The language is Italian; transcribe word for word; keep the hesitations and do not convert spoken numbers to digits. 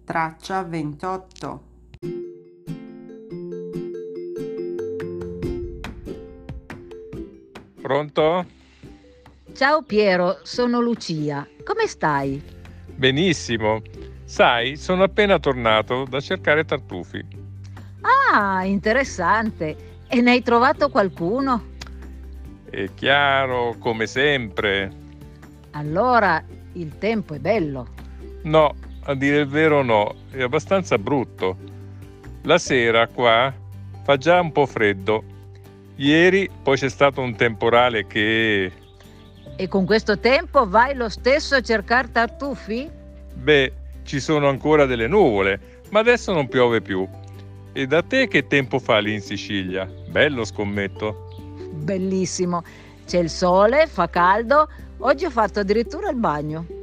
Traccia ventotto. Pronto? Ciao Piero, sono Lucia. Come stai? Benissimo. Sai, sono appena tornato da cercare tartufi. Ah, interessante. E ne hai trovato qualcuno? È chiaro, come sempre. Allora, il tempo è bello. No, a dire il vero no, è abbastanza brutto. La sera qua fa già un po' freddo. Ieri poi c'è stato un temporale che... E con questo tempo vai lo stesso a cercare tartufi? Beh, ci sono ancora delle nuvole, ma adesso non piove più. E da te che tempo fa lì in Sicilia? Bello, scommetto. Bellissimo. C'è il sole, fa caldo. Oggi ho fatto addirittura il bagno.